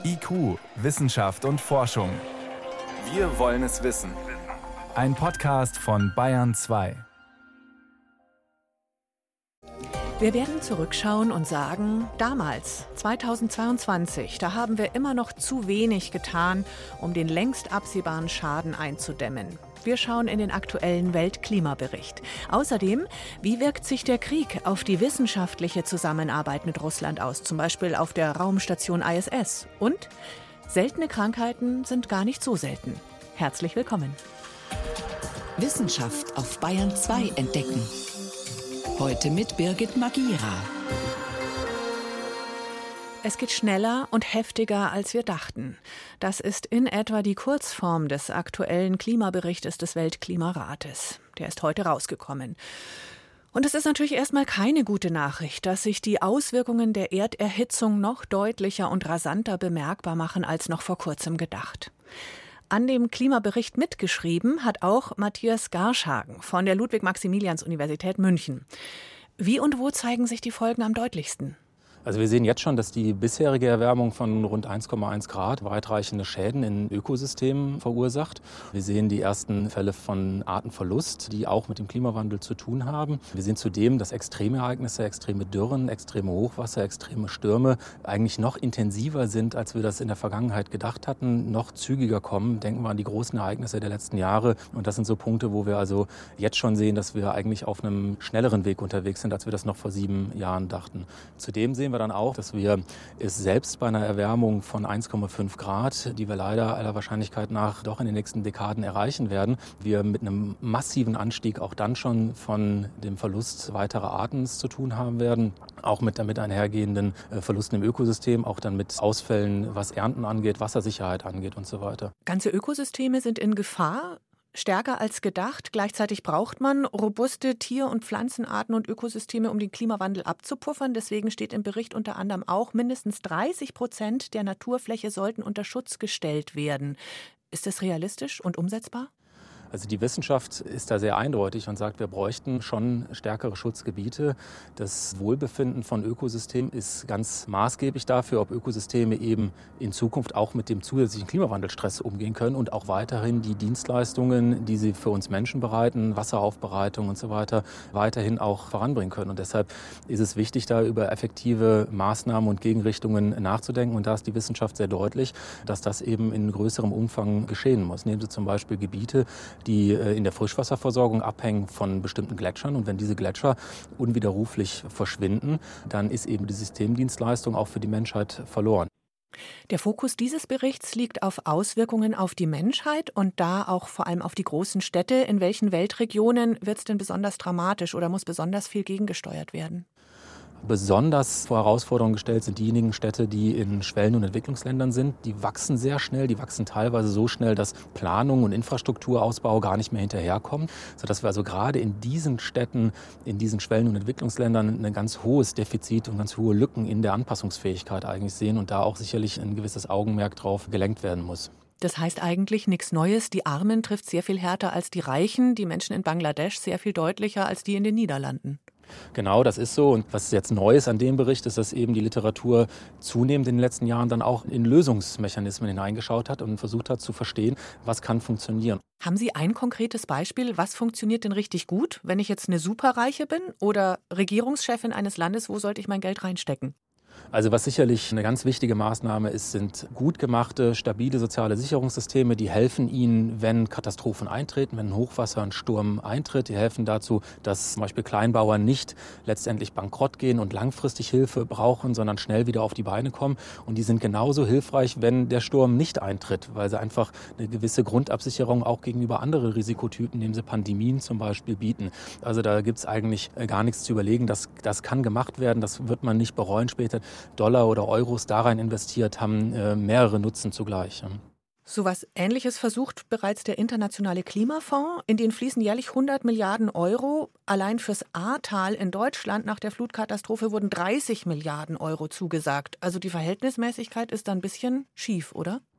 IQ, Wissenschaft und Forschung. Wir wollen es wissen. Ein Podcast von Bayern 2. Wir werden zurückschauen und sagen, damals, 2022, da haben wir immer noch zu wenig getan, um den längst absehbaren Schaden einzudämmen. Wir schauen in den aktuellen Weltklimabericht. Außerdem, wie wirkt sich der Krieg auf die wissenschaftliche Zusammenarbeit mit Russland aus, zum Beispiel auf der Raumstation ISS? Und seltene Krankheiten sind gar nicht so selten. Herzlich willkommen. Wissenschaft auf Bayern 2 entdecken. Heute mit Birgit Magira. Es geht schneller und heftiger, als wir dachten. Das ist in etwa die Kurzform des aktuellen Klimaberichtes des Weltklimarates. Der ist heute rausgekommen. Und es ist natürlich erstmal keine gute Nachricht, dass sich die Auswirkungen der Erderhitzung noch deutlicher und rasanter bemerkbar machen als noch vor kurzem gedacht. An dem Klimabericht mitgeschrieben hat auch Matthias Garschhagen von der Ludwig-Maximilians-Universität München. Wie und wo zeigen sich die Folgen am deutlichsten? Also wir sehen jetzt schon, dass die bisherige Erwärmung von rund 1,1 Grad weitreichende Schäden in Ökosystemen verursacht. Wir sehen die ersten Fälle von Artenverlust, die auch mit dem Klimawandel zu tun haben. Wir sehen zudem, dass extreme Ereignisse, extreme Dürren, extreme Hochwasser, extreme Stürme eigentlich noch intensiver sind, als wir das in der Vergangenheit gedacht hatten, noch zügiger kommen. Denken wir an die großen Ereignisse der letzten Jahre. Und das sind so Punkte, wo wir also jetzt schon sehen, dass wir eigentlich auf einem schnelleren Weg unterwegs sind, als wir das noch vor 7 Jahren dachten. Zudem sehen wir dann auch, dass wir es selbst bei einer Erwärmung von 1,5 Grad, die wir leider aller Wahrscheinlichkeit nach doch in den nächsten Dekaden erreichen werden, wir mit einem massiven Anstieg auch dann schon von dem Verlust weiterer Arten zu tun haben werden, auch mit damit einhergehenden Verlusten im Ökosystem, auch dann mit Ausfällen, was Ernten angeht, Wassersicherheit angeht und so weiter. Ganze Ökosysteme sind in Gefahr. Stärker als gedacht. Gleichzeitig braucht man robuste Tier- und Pflanzenarten und Ökosysteme, um den Klimawandel abzupuffern. Deswegen steht im Bericht unter anderem auch, mindestens 30% der Naturfläche sollten unter Schutz gestellt werden. Ist das realistisch und umsetzbar? Also die Wissenschaft ist da sehr eindeutig und sagt, wir bräuchten schon stärkere Schutzgebiete. Das Wohlbefinden von Ökosystemen ist ganz maßgeblich dafür, ob Ökosysteme eben in Zukunft auch mit dem zusätzlichen Klimawandelstress umgehen können und auch weiterhin die Dienstleistungen, die sie für uns Menschen bereiten, Wasseraufbereitung und so weiter, weiterhin auch voranbringen können. Und deshalb ist es wichtig, da über effektive Maßnahmen und Gegenrichtungen nachzudenken. Und da ist die Wissenschaft sehr deutlich, dass das eben in größerem Umfang geschehen muss. Nehmen Sie zum Beispiel Gebiete, die in der Frischwasserversorgung abhängen von bestimmten Gletschern. Und wenn diese Gletscher unwiderruflich verschwinden, dann ist eben die Systemdienstleistung auch für die Menschheit verloren. Der Fokus dieses Berichts liegt auf Auswirkungen auf die Menschheit und da auch vor allem auf die großen Städte. In welchen Weltregionen wird es denn besonders dramatisch oder muss besonders viel gegengesteuert werden? Besonders vor Herausforderungen gestellt sind diejenigen Städte, die in Schwellen- und Entwicklungsländern sind. Die wachsen sehr schnell, die wachsen teilweise so schnell, dass Planung und Infrastrukturausbau gar nicht mehr hinterherkommen, sodass wir also gerade in diesen Städten, in diesen Schwellen- und Entwicklungsländern ein ganz hohes Defizit und ganz hohe Lücken in der Anpassungsfähigkeit eigentlich sehen und da auch sicherlich ein gewisses Augenmerk drauf gelenkt werden muss. Das heißt eigentlich nichts Neues. Die Armen trifft sehr viel härter als die Reichen, die Menschen in Bangladesch sehr viel deutlicher als die in den Niederlanden. Genau, das ist so. Und was jetzt neu ist an dem Bericht, ist, dass eben die Literatur zunehmend in den letzten Jahren dann auch in Lösungsmechanismen hineingeschaut hat und versucht hat zu verstehen, was kann funktionieren. Haben Sie ein konkretes Beispiel? Was funktioniert denn richtig gut, wenn ich jetzt eine Superreiche bin oder Regierungschefin eines Landes? Wo sollte ich mein Geld reinstecken? Also was sicherlich eine ganz wichtige Maßnahme ist, sind gut gemachte, stabile soziale Sicherungssysteme, die helfen Ihnen, wenn Katastrophen eintreten, wenn ein Hochwasser, ein Sturm eintritt. Die helfen dazu, dass zum Beispiel Kleinbauern nicht letztendlich bankrott gehen und langfristig Hilfe brauchen, sondern schnell wieder auf die Beine kommen. Und die sind genauso hilfreich, wenn der Sturm nicht eintritt, weil sie einfach eine gewisse Grundabsicherung auch gegenüber anderen Risikotypen, indem sie Pandemien zum Beispiel bieten. Also da gibt es eigentlich gar nichts zu überlegen. Das kann gemacht werden, das wird man nicht bereuen später. Dollar oder Euros da rein investiert, haben mehrere Nutzen zugleich. So was Ähnliches versucht bereits der Internationale Klimafonds. In den fließen jährlich 100 Milliarden Euro. Allein fürs Ahrtal in Deutschland nach der Flutkatastrophe wurden 30 Milliarden Euro zugesagt. Also die Verhältnismäßigkeit ist da ein bisschen schief, oder?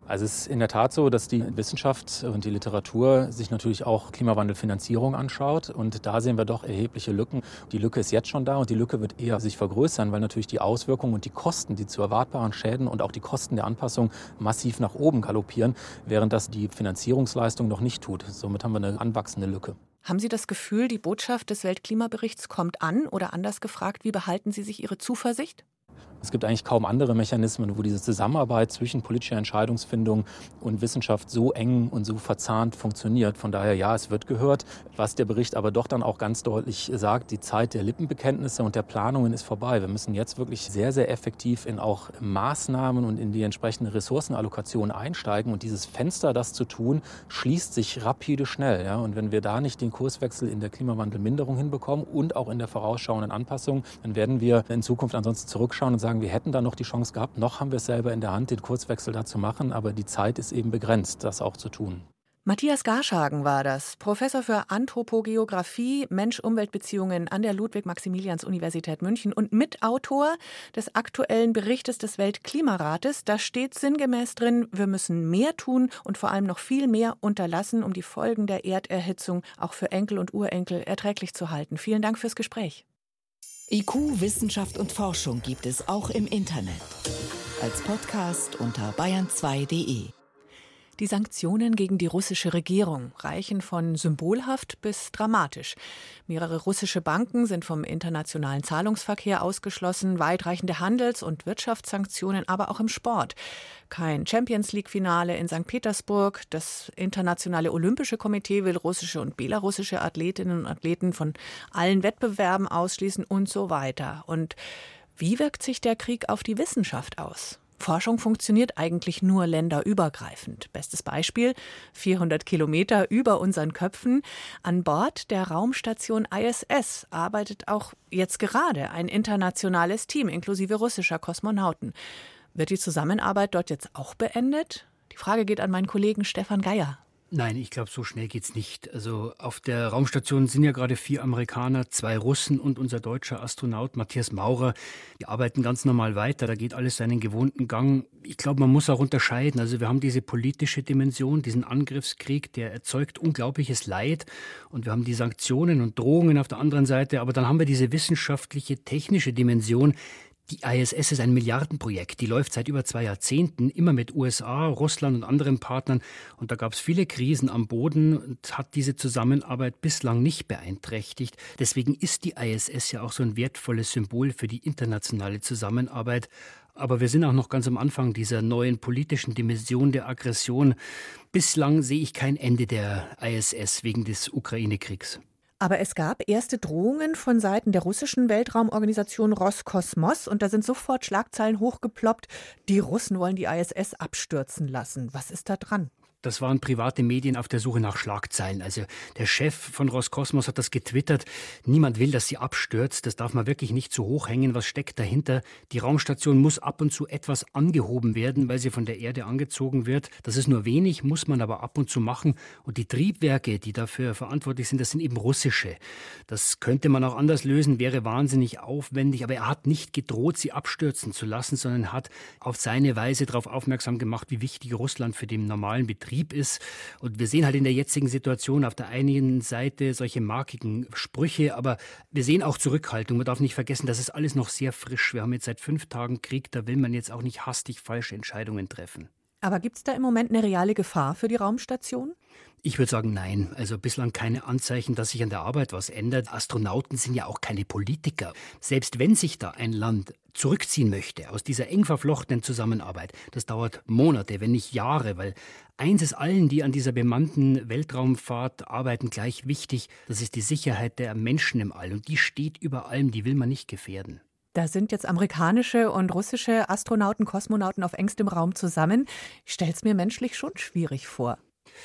Also es ist in der Tat so, dass die Wissenschaft und die Literatur sich natürlich auch Klimawandelfinanzierung anschaut. Und da sehen wir doch erhebliche Lücken. Die Lücke ist jetzt schon da und die Lücke wird eher sich vergrößern, weil natürlich die Auswirkungen und die Kosten, die zu erwartbaren Schäden und auch die Kosten der Anpassung massiv nach oben galoppieren, während das die Finanzierungsleistung noch nicht tut. Somit haben wir eine anwachsende Lücke. Haben Sie das Gefühl, die Botschaft des Weltklimaberichts kommt an? Oder anders gefragt, wie behalten Sie sich Ihre Zuversicht? Es gibt eigentlich kaum andere Mechanismen, wo diese Zusammenarbeit zwischen politischer Entscheidungsfindung und Wissenschaft so eng und so verzahnt funktioniert. Von daher, ja, es wird gehört. Was der Bericht aber doch dann auch ganz deutlich sagt, die Zeit der Lippenbekenntnisse und der Planungen ist vorbei. Wir müssen jetzt wirklich sehr, sehr effektiv in auch Maßnahmen und in die entsprechende Ressourcenallokation einsteigen. Und dieses Fenster, das zu tun, schließt sich rapide schnell. Ja? Und wenn wir da nicht den Kurswechsel in der Klimawandelminderung hinbekommen und auch in der vorausschauenden Anpassung, dann werden wir in Zukunft ansonsten zurückschauen und sagen, wir hätten da noch die Chance gehabt, noch haben wir es selber in der Hand, den Kurswechsel da zu machen, aber die Zeit ist eben begrenzt, das auch zu tun. Matthias Garschagen war das, Professor für Anthropogeographie, Mensch-Umwelt-Beziehungen an der Ludwig-Maximilians-Universität München und Mitautor des aktuellen Berichtes des Weltklimarates. Da steht sinngemäß drin, wir müssen mehr tun und vor allem noch viel mehr unterlassen, um die Folgen der Erderhitzung auch für Enkel und Urenkel erträglich zu halten. Vielen Dank fürs Gespräch. IQ, Wissenschaft und Forschung gibt es auch im Internet. Als Podcast unter bayern2.de. Die Sanktionen gegen die russische Regierung reichen von symbolhaft bis dramatisch. Mehrere russische Banken sind vom internationalen Zahlungsverkehr ausgeschlossen, weitreichende Handels- und Wirtschaftssanktionen, aber auch im Sport. Kein Champions-League-Finale in St. Petersburg. Das Internationale Olympische Komitee will russische und belarussische Athletinnen und Athleten von allen Wettbewerben ausschließen und so weiter. Und wie wirkt sich der Krieg auf die Wissenschaft aus? Forschung funktioniert eigentlich nur länderübergreifend. Bestes Beispiel, 400 Kilometer über unseren Köpfen. An Bord der Raumstation ISS arbeitet auch jetzt gerade ein internationales Team, inklusive russischer Kosmonauten. Wird die Zusammenarbeit dort jetzt auch beendet? Die Frage geht an meinen Kollegen Stefan Geier. Nein, ich glaube, so schnell geht's nicht. Also auf der Raumstation sind ja gerade 4 Amerikaner, 2 Russen und unser deutscher Astronaut Matthias Maurer. Die arbeiten ganz normal weiter, da geht alles seinen gewohnten Gang. Ich glaube, man muss auch unterscheiden. Also wir haben diese politische Dimension, diesen Angriffskrieg, der erzeugt unglaubliches Leid. Und wir haben die Sanktionen und Drohungen auf der anderen Seite. Aber dann haben wir diese wissenschaftliche, technische Dimension. Die ISS ist ein Milliardenprojekt, die läuft seit über 2 Jahrzehnten, immer mit USA, Russland und anderen Partnern. Und da gab es viele Krisen am Boden und hat diese Zusammenarbeit bislang nicht beeinträchtigt. Deswegen ist die ISS ja auch so ein wertvolles Symbol für die internationale Zusammenarbeit. Aber wir sind auch noch ganz am Anfang dieser neuen politischen Dimension der Aggression. Bislang sehe ich kein Ende der ISS wegen des Ukraine-Kriegs. Aber es gab erste Drohungen von Seiten der russischen Weltraumorganisation Roskosmos und da sind sofort Schlagzeilen hochgeploppt, die Russen wollen die ISS abstürzen lassen. Was ist da dran? Das waren private Medien auf der Suche nach Schlagzeilen. Also der Chef von Roskosmos hat das getwittert. Niemand will, dass sie abstürzt. Das darf man wirklich nicht zu hoch hängen. Was steckt dahinter? Die Raumstation muss ab und zu etwas angehoben werden, weil sie von der Erde angezogen wird. Das ist nur wenig, muss man aber ab und zu machen. Und die Triebwerke, die dafür verantwortlich sind, das sind eben russische. Das könnte man auch anders lösen, wäre wahnsinnig aufwendig. Aber er hat nicht gedroht, sie abstürzen zu lassen, sondern hat auf seine Weise darauf aufmerksam gemacht, wie wichtig Russland für den normalen Betrieb ist. Und wir sehen halt in der jetzigen Situation auf der einen Seite solche markigen Sprüche, aber wir sehen auch Zurückhaltung. Man darf nicht vergessen, das ist alles noch sehr frisch. Wir haben jetzt seit 5 Tagen Krieg, da will man jetzt auch nicht hastig falsche Entscheidungen treffen. Aber gibt es da im Moment eine reale Gefahr für die Raumstation? Ich würde sagen, nein. Also bislang keine Anzeichen, dass sich an der Arbeit was ändert. Astronauten sind ja auch keine Politiker. Selbst wenn sich da ein Land zurückziehen möchte aus dieser eng verflochtenen Zusammenarbeit, das dauert Monate, wenn nicht Jahre, weil eins ist allen, die an dieser bemannten Weltraumfahrt arbeiten, gleich wichtig. Das ist die Sicherheit der Menschen im All. Und die steht über allem, die will man nicht gefährden. Da sind jetzt amerikanische und russische Astronauten, Kosmonauten auf engstem Raum zusammen. Ich stelle es mir menschlich schon schwierig vor.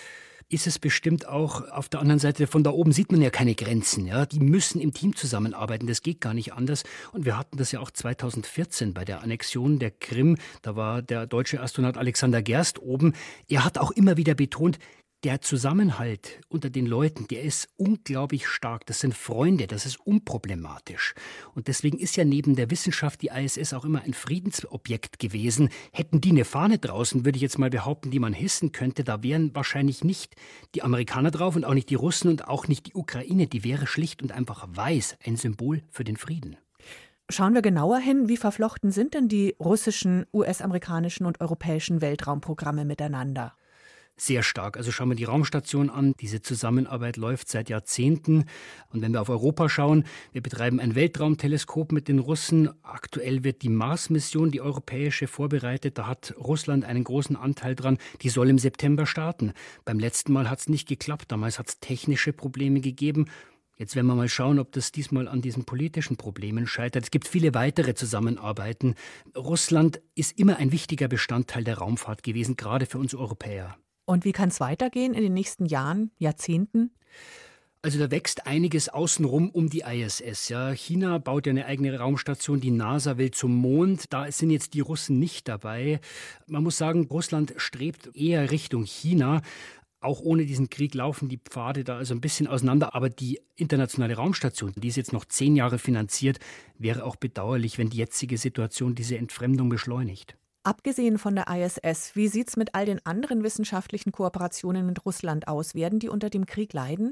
Ist es bestimmt auch. Auf der anderen Seite, von da oben sieht man ja keine Grenzen. Ja? Die müssen im Team zusammenarbeiten, das geht gar nicht anders. Und wir hatten das ja auch 2014 bei der Annexion der Krim. Da war der deutsche Astronaut Alexander Gerst oben. Er hat auch immer wieder betont, Der Zusammenhalt unter den Leuten, der ist unglaublich stark. Das sind Freunde, das ist unproblematisch. Und deswegen ist ja neben der Wissenschaft die ISS auch immer ein Friedensobjekt gewesen. Hätten die eine Fahne draußen, würde ich jetzt mal behaupten, die man hissen könnte, da wären wahrscheinlich nicht die Amerikaner drauf und auch nicht die Russen und auch nicht die Ukraine. Die wäre schlicht und einfach weiß, ein Symbol für den Frieden. Schauen wir genauer hin, wie verflochten sind denn die russischen, US-amerikanischen und europäischen Weltraumprogramme miteinander? Sehr stark. Also schauen wir die Raumstation an. Diese Zusammenarbeit läuft seit Jahrzehnten. Und wenn wir auf Europa schauen, wir betreiben ein Weltraumteleskop mit den Russen. Aktuell wird die Mars-Mission, die europäische, vorbereitet. Da hat Russland einen großen Anteil dran. Die soll im September starten. Beim letzten Mal hat es nicht geklappt. Damals hat es technische Probleme gegeben. Jetzt werden wir mal schauen, ob das diesmal an diesen politischen Problemen scheitert. Es gibt viele weitere Zusammenarbeiten. Russland ist immer ein wichtiger Bestandteil der Raumfahrt gewesen, gerade für uns Europäer. Und wie kann es weitergehen in den nächsten Jahren, Jahrzehnten? Also da wächst einiges außenrum um die ISS. Ja. China baut ja eine eigene Raumstation, die NASA will zum Mond. Da sind jetzt die Russen nicht dabei. Man muss sagen, Russland strebt eher Richtung China. Auch ohne diesen Krieg laufen die Pfade da also ein bisschen auseinander. Aber die internationale Raumstation, die ist jetzt noch 10 Jahre finanziert, wäre auch bedauerlich, wenn die jetzige Situation diese Entfremdung beschleunigt. Abgesehen von der ISS, wie sieht es mit all den anderen wissenschaftlichen Kooperationen mit Russland aus? Werden die unter dem Krieg leiden?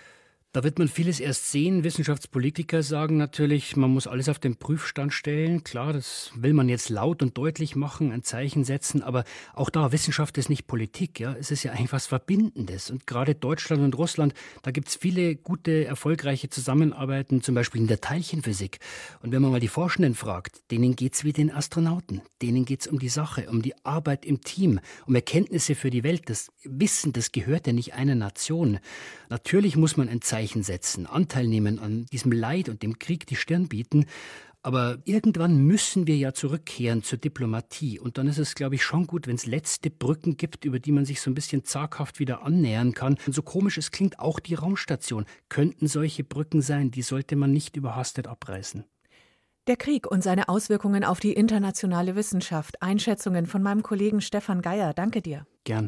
Da wird man vieles erst sehen. Wissenschaftspolitiker sagen natürlich, man muss alles auf den Prüfstand stellen. Klar, das will man jetzt laut und deutlich machen, ein Zeichen setzen. Aber auch da, Wissenschaft ist nicht Politik. Ja? Es ist ja eigentlich was Verbindendes. Und gerade Deutschland und Russland, da gibt es viele gute, erfolgreiche Zusammenarbeiten, zum Beispiel in der Teilchenphysik. Und wenn man mal die Forschenden fragt, denen geht es wie den Astronauten. Denen geht es um die Sache, um die Arbeit im Team, um Erkenntnisse für die Welt. Das Wissen, das gehört ja nicht einer Nation. Natürlich muss man ein Zeichen setzen, Anteil nehmen an diesem Leid und dem Krieg, die Stirn bieten. Aber irgendwann müssen wir ja zurückkehren zur Diplomatie. Und dann ist es, glaube ich, schon gut, wenn es letzte Brücken gibt, über die man sich so ein bisschen zaghaft wieder annähern kann. Und so komisch es klingt, auch die Raumstation könnten solche Brücken sein. Die sollte man nicht überhastet abreißen. Der Krieg und seine Auswirkungen auf die internationale Wissenschaft. Einschätzungen von meinem Kollegen Stefan Geier. Danke dir. Gern.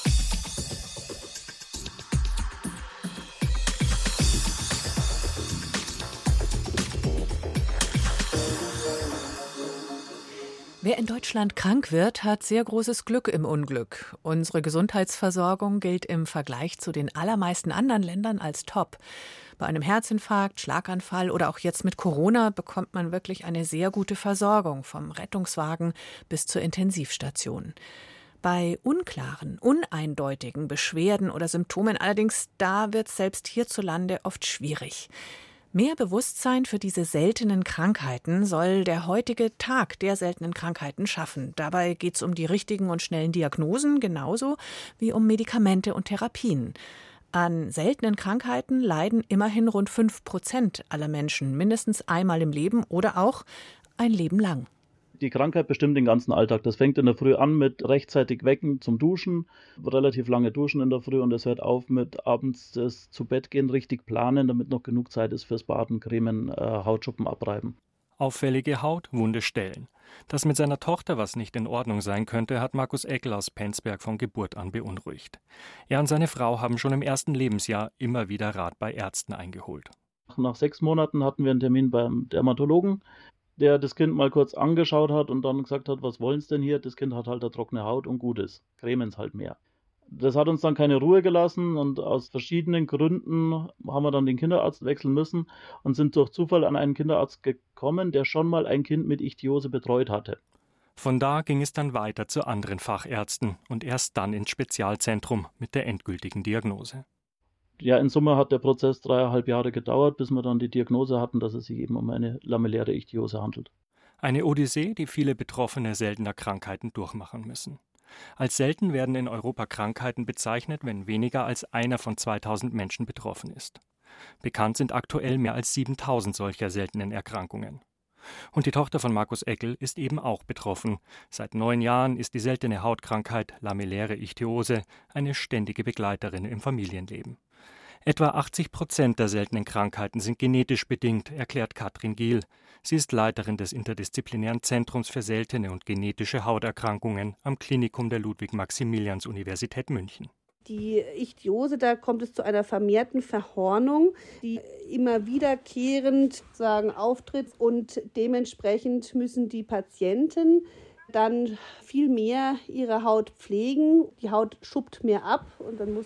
Wer in Deutschland krank wird, hat sehr großes Glück im Unglück. Unsere Gesundheitsversorgung gilt im Vergleich zu den allermeisten anderen Ländern als top. Bei einem Herzinfarkt, Schlaganfall oder auch jetzt mit Corona bekommt man wirklich eine sehr gute Versorgung, vom Rettungswagen bis zur Intensivstation. Bei unklaren, uneindeutigen Beschwerden oder Symptomen allerdings, da wird es selbst hierzulande oft schwierig. Mehr Bewusstsein für diese seltenen Krankheiten soll der heutige Tag der seltenen Krankheiten schaffen. Dabei geht es um die richtigen und schnellen Diagnosen, genauso wie um Medikamente und Therapien. An seltenen Krankheiten leiden immerhin rund 5% aller Menschen, mindestens einmal im Leben oder auch ein Leben lang. Die Krankheit bestimmt den ganzen Alltag. Das fängt in der Früh an mit rechtzeitig wecken zum Duschen, relativ lange duschen in der Früh, und es hört auf mit abends das zu Bett gehen, richtig planen, damit noch genug Zeit ist fürs Baden, Cremen, Hautschuppen abreiben. Auffällige Haut, wunde Stellen. Dass mit seiner Tochter was nicht in Ordnung sein könnte, hat Markus Eckel aus Penzberg von Geburt an beunruhigt. Er und seine Frau haben schon im ersten Lebensjahr immer wieder Rat bei Ärzten eingeholt. Nach 6 Monaten hatten wir einen Termin beim Dermatologen, der das Kind mal kurz angeschaut hat und dann gesagt hat, was wollen Sie denn hier? Das Kind hat halt eine trockene Haut und gut ist. Cremen halt mehr. Das hat uns dann keine Ruhe gelassen und aus verschiedenen Gründen haben wir dann den Kinderarzt wechseln müssen und sind durch Zufall an einen Kinderarzt gekommen, der schon mal ein Kind mit Ichthyose betreut hatte. Von da ging es dann weiter zu anderen Fachärzten und erst dann ins Spezialzentrum mit der endgültigen Diagnose. Ja, in Summe hat der Prozess 3,5 Jahre gedauert, bis wir dann die Diagnose hatten, dass es sich eben um eine lamelläre Ichthyose handelt. Eine Odyssee, die viele Betroffene seltener Krankheiten durchmachen müssen. Als selten werden in Europa Krankheiten bezeichnet, wenn weniger als einer von 2000 Menschen betroffen ist. Bekannt sind aktuell mehr als 7000 solcher seltenen Erkrankungen. Und die Tochter von Markus Eckel ist eben auch betroffen. Seit 9 Jahren ist die seltene Hautkrankheit lamelläre Ichthyose eine ständige Begleiterin im Familienleben. Etwa 80% der seltenen Krankheiten sind genetisch bedingt, erklärt Katrin Giel. Sie ist Leiterin des interdisziplinären Zentrums für seltene und genetische Hauterkrankungen am Klinikum der Ludwig-Maximilians-Universität München. Die Ichthyose, da kommt es zu einer vermehrten Verhornung, die immer wiederkehrend auftritt und dementsprechend müssen die Patienten dann viel mehr ihre Haut pflegen. Die Haut schuppt mehr ab und dann muss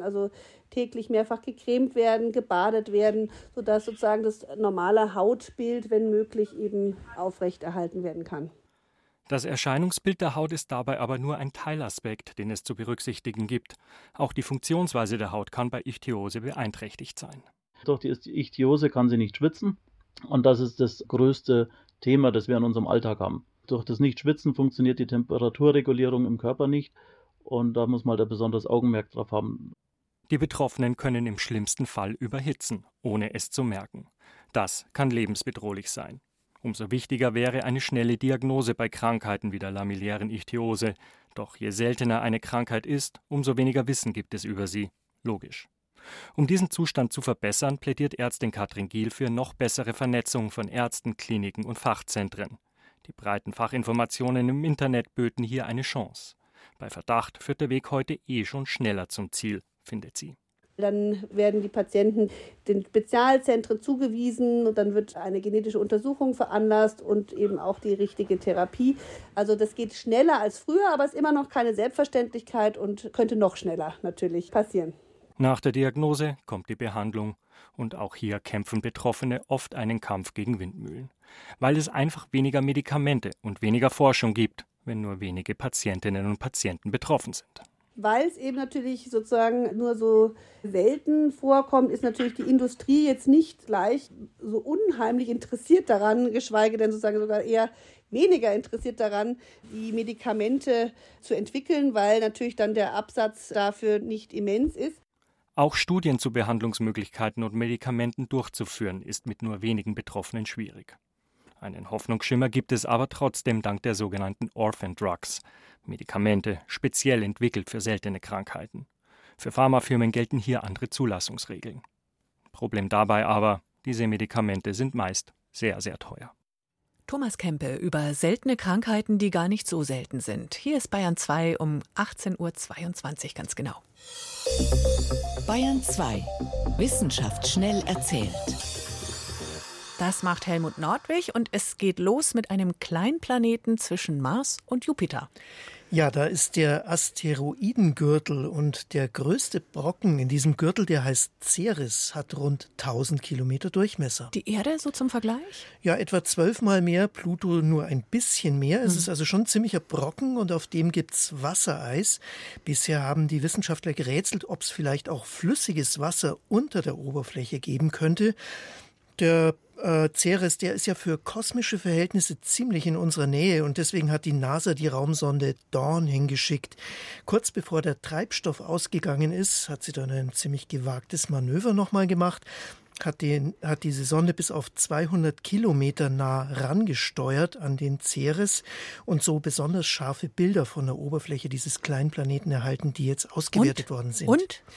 täglich mehrfach gecremt werden, gebadet werden, sodass das normale Hautbild, wenn möglich, eben aufrechterhalten werden kann. Das Erscheinungsbild der Haut ist dabei aber nur ein Teilaspekt, den es zu berücksichtigen gibt. Auch die Funktionsweise der Haut kann bei Ichthyose beeinträchtigt sein. Durch die Ichthyose kann sie nicht schwitzen und das ist das größte Thema, das wir in unserem Alltag haben. Durch das Nichtschwitzen funktioniert die Temperaturregulierung im Körper nicht und da muss man da besonders Augenmerk drauf haben. Die Betroffenen können im schlimmsten Fall überhitzen, ohne es zu merken. Das kann lebensbedrohlich sein. Umso wichtiger wäre eine schnelle Diagnose bei Krankheiten wie der lamillären Ichthyose. Doch je seltener eine Krankheit ist, umso weniger Wissen gibt es über sie. Logisch. Um diesen Zustand zu verbessern, plädiert Ärztin Katrin Giel für noch bessere Vernetzung von Ärzten, Kliniken und Fachzentren. Die breiten Fachinformationen im Internet böten hier eine Chance. Bei Verdacht führt der Weg heute schon schneller zum Ziel, findet sie. Dann werden die Patienten den Spezialzentren zugewiesen und dann wird eine genetische Untersuchung veranlasst und eben auch die richtige Therapie. Also das geht schneller als früher, aber es ist immer noch keine Selbstverständlichkeit und könnte noch schneller natürlich passieren. Nach der Diagnose kommt die Behandlung und auch hier kämpfen Betroffene oft einen Kampf gegen Windmühlen, weil es einfach weniger Medikamente und weniger Forschung gibt, wenn nur wenige Patientinnen und Patienten betroffen sind. Weil es eben natürlich nur so selten vorkommt, ist natürlich die Industrie jetzt nicht gleich so unheimlich interessiert daran, geschweige denn sogar eher weniger interessiert daran, die Medikamente zu entwickeln, weil natürlich dann der Absatz dafür nicht immens ist. Auch Studien zu Behandlungsmöglichkeiten und Medikamenten durchzuführen, ist mit nur wenigen Betroffenen schwierig. Einen Hoffnungsschimmer gibt es aber trotzdem dank der sogenannten Orphan Drugs, Medikamente speziell entwickelt für seltene Krankheiten. Für Pharmafirmen gelten hier andere Zulassungsregeln. Problem dabei aber, diese Medikamente sind meist sehr, sehr teuer. Thomas Kempe über seltene Krankheiten, die gar nicht so selten sind. Hier ist Bayern 2 um 18.22 Uhr ganz genau. Bayern 2. Wissenschaft schnell erzählt. Das macht Helmut Nordwig und es geht los mit einem Kleinplaneten zwischen Mars und Jupiter. Ja, da ist der Asteroidengürtel und der größte Brocken in diesem Gürtel, der heißt Ceres, hat rund 1000 Kilometer Durchmesser. Die Erde so zum Vergleich? Ja, etwa 12-mal mehr, Pluto nur ein bisschen mehr. Es ist also schon ein ziemlicher Brocken und auf dem gibt's Wassereis. Bisher haben die Wissenschaftler gerätselt, ob es vielleicht auch flüssiges Wasser unter der Oberfläche geben könnte. Der Ceres, der ist ja für kosmische Verhältnisse ziemlich in unserer Nähe und deswegen hat die NASA die Raumsonde Dawn hingeschickt. Kurz bevor der Treibstoff ausgegangen ist, hat sie dann ein ziemlich gewagtes Manöver nochmal gemacht, hat diese Sonde bis auf 200 Kilometer nah rangesteuert an den Ceres und so besonders scharfe Bilder von der Oberfläche dieses kleinen Planeten erhalten, die jetzt ausgewertet worden sind.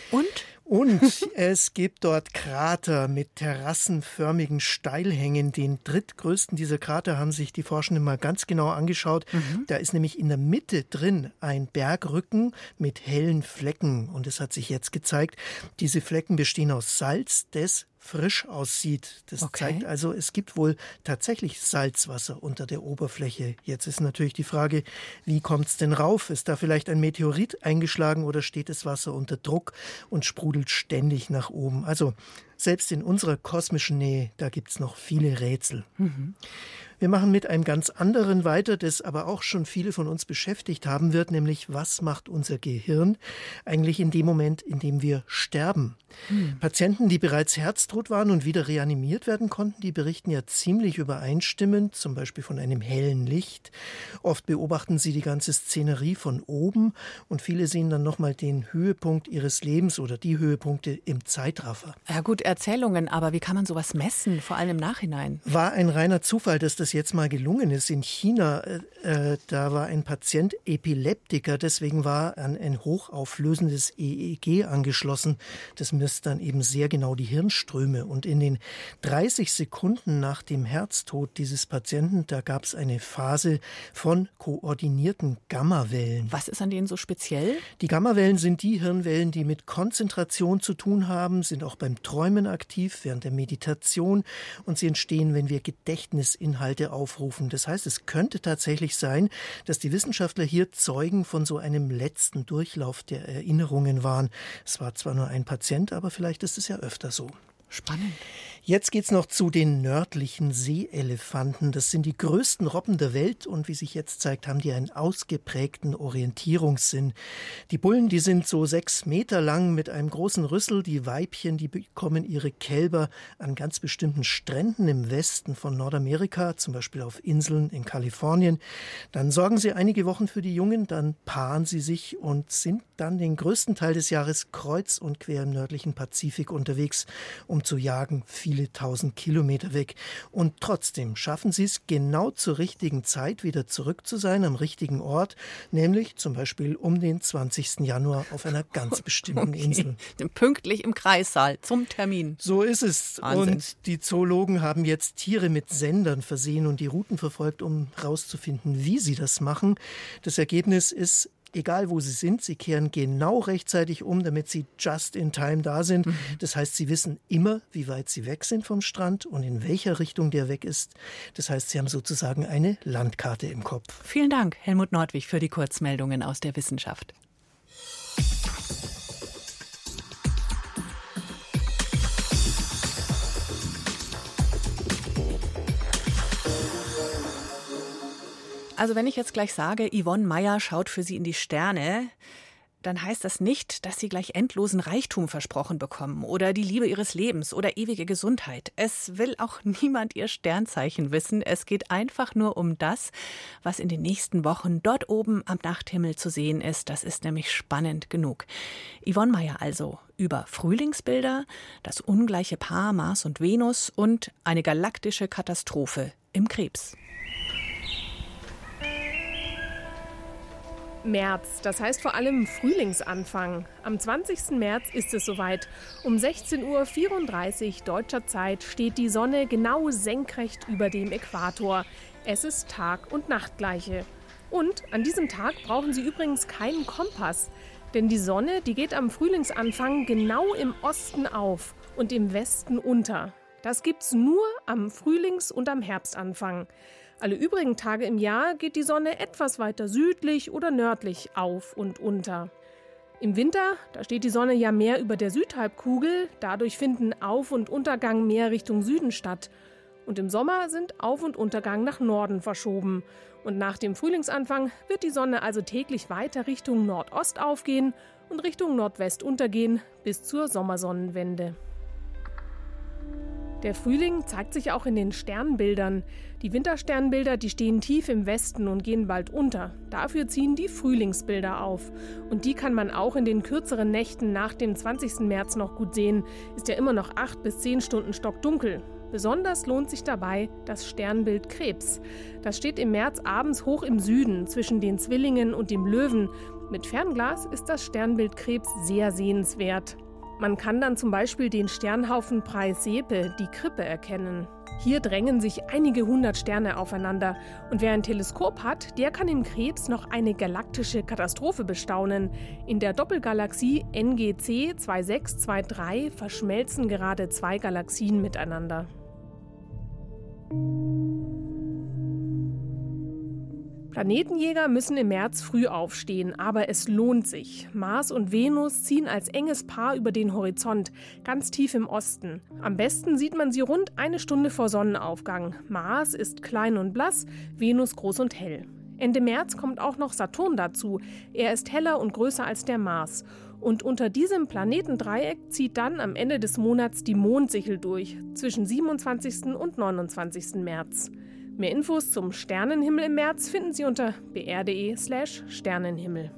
Und es gibt dort Krater mit terrassenförmigen Steilhängen. Den drittgrößten dieser Krater haben sich die Forschenden mal ganz genau angeschaut. Da ist nämlich in der Mitte drin ein Bergrücken mit hellen Flecken. Und es hat sich jetzt gezeigt, diese Flecken bestehen aus Salz, das frisch aussieht. Das zeigt also, es gibt wohl tatsächlich Salzwasser unter der Oberfläche. Jetzt ist natürlich die Frage, wie kommt es denn rauf? Ist da vielleicht ein Meteorit eingeschlagen oder steht das Wasser unter Druck und sprudelt ständig nach oben? Also selbst in unserer kosmischen Nähe, da gibt es noch viele Rätsel. Wir machen mit einem ganz anderen weiter, das aber auch schon viele von uns beschäftigt haben wird, nämlich was macht unser Gehirn eigentlich in dem Moment, in dem wir sterben? Patienten, die bereits herztot waren und wieder reanimiert werden konnten, die berichten ja ziemlich übereinstimmend, zum Beispiel von einem hellen Licht. Oft beobachten sie die ganze Szenerie von oben und viele sehen dann nochmal den Höhepunkt ihres Lebens oder die Höhepunkte im Zeitraffer. Ja gut, Erzählungen, aber wie kann man sowas messen, vor allem im Nachhinein? War ein reiner Zufall, dass das das jetzt mal gelungen ist. In China, da war ein Patient Epileptiker, deswegen war an ein hochauflösendes EEG angeschlossen. Das misst dann eben sehr genau die Hirnströme. Und in den 30 Sekunden nach dem Herztod dieses Patienten, da gab es eine Phase von koordinierten Gammawellen. Was ist an denen so speziell? Die Gammawellen sind die Hirnwellen, die mit Konzentration zu tun haben, sind auch beim Träumen aktiv, während der Meditation, und sie entstehen, wenn wir Gedächtnisinhalte aufrufen. Das heißt, es könnte tatsächlich sein, dass die Wissenschaftler hier Zeugen von so einem letzten Durchlauf der Erinnerungen waren. Es war zwar nur ein Patient, aber vielleicht ist es ja öfter so. Spannend. Jetzt geht's noch zu den nördlichen Seeelefanten. Das sind die größten Robben der Welt und wie sich jetzt zeigt, haben die einen ausgeprägten Orientierungssinn. Die Bullen, die sind so 6 Meter lang mit einem großen Rüssel. Die Weibchen, die bekommen ihre Kälber an ganz bestimmten Stränden im Westen von Nordamerika, zum Beispiel auf Inseln in Kalifornien. Dann sorgen sie einige Wochen für die Jungen, dann paaren sie sich und sind dann den größten Teil des Jahres kreuz und quer im nördlichen Pazifik unterwegs, um zu jagen, viele tausend Kilometer weg. Und trotzdem schaffen sie es genau zur richtigen Zeit wieder zurück zu sein, am richtigen Ort, nämlich zum Beispiel um den 20. Januar auf einer ganz bestimmten Insel. Pünktlich im Kreissaal zum Termin. So ist es. Wahnsinn. Und die Zoologen haben jetzt Tiere mit Sendern versehen und die Routen verfolgt, um herauszufinden, wie sie das machen. Das Ergebnis ist, egal wo sie sind, sie kehren genau rechtzeitig um, damit sie just in time da sind. Das heißt, sie wissen immer, wie weit sie weg sind vom Strand und in welcher Richtung der weg ist. Das heißt, sie haben sozusagen eine Landkarte im Kopf. Vielen Dank, Helmut Nordwig, für die Kurzmeldungen aus der Wissenschaft. Also wenn ich jetzt gleich sage, Yvonne Meyer schaut für Sie in die Sterne, dann heißt das nicht, dass Sie gleich endlosen Reichtum versprochen bekommen oder die Liebe Ihres Lebens oder ewige Gesundheit. Es will auch niemand Ihr Sternzeichen wissen. Es geht einfach nur um das, was in den nächsten Wochen dort oben am Nachthimmel zu sehen ist. Das ist nämlich spannend genug. Yvonne Meyer also über Frühlingsbilder, das ungleiche Paar Mars und Venus und eine galaktische Katastrophe im Krebs. März, das heißt vor allem Frühlingsanfang. Am 20. März ist es soweit. Um 16:34 Uhr deutscher Zeit steht die Sonne genau senkrecht über dem Äquator. Es ist Tag- und Nachtgleiche. Und an diesem Tag brauchen Sie übrigens keinen Kompass. Denn die Sonne, die geht am Frühlingsanfang genau im Osten auf und im Westen unter. Das gibt's nur am Frühlings- und am Herbstanfang. Alle übrigen Tage im Jahr geht die Sonne etwas weiter südlich oder nördlich auf und unter. Im Winter, da steht die Sonne ja mehr über der Südhalbkugel, dadurch finden Auf- und Untergang mehr Richtung Süden statt. Und im Sommer sind Auf- und Untergang nach Norden verschoben. Und nach dem Frühlingsanfang wird die Sonne also täglich weiter Richtung Nordost aufgehen und Richtung Nordwest untergehen bis zur Sommersonnenwende. Der Frühling zeigt sich auch in den Sternbildern. Die Wintersternbilder, die stehen tief im Westen und gehen bald unter. Dafür ziehen die Frühlingsbilder auf. Und die kann man auch in den kürzeren Nächten nach dem 20. März noch gut sehen. Ist ja immer noch 8 bis 10 Stunden stockdunkel. Besonders lohnt sich dabei das Sternbild Krebs. Das steht im März abends hoch im Süden, zwischen den Zwillingen und dem Löwen. Mit Fernglas ist das Sternbild Krebs sehr sehenswert. Man kann dann zum Beispiel den Sternhaufen Praesepe, die Krippe, erkennen. Hier drängen sich einige 100 Sterne aufeinander. Und wer ein Teleskop hat, der kann im Krebs noch eine galaktische Katastrophe bestaunen. In der Doppelgalaxie NGC 2623 verschmelzen gerade 2 Galaxien miteinander. Planetenjäger müssen im März früh aufstehen, aber es lohnt sich. Mars und Venus ziehen als enges Paar über den Horizont, ganz tief im Osten. Am besten sieht man sie rund 1 Stunde vor Sonnenaufgang. Mars ist klein und blass, Venus groß und hell. Ende März kommt auch noch Saturn dazu. Er ist heller und größer als der Mars. Und unter diesem Planetendreieck zieht dann am Ende des Monats die Mondsichel durch, zwischen 27. und 29. März. Mehr Infos zum Sternenhimmel im März finden Sie unter br.de/Sternenhimmel.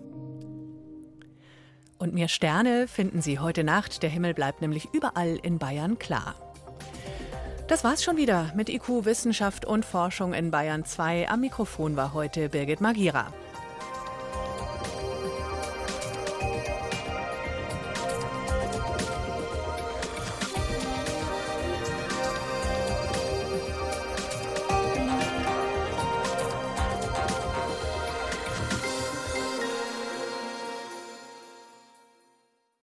Und mehr Sterne finden Sie heute Nacht. Der Himmel bleibt nämlich überall in Bayern klar. Das war's schon wieder mit IQ Wissenschaft und Forschung in Bayern 2. Am Mikrofon war heute Birgit Magira.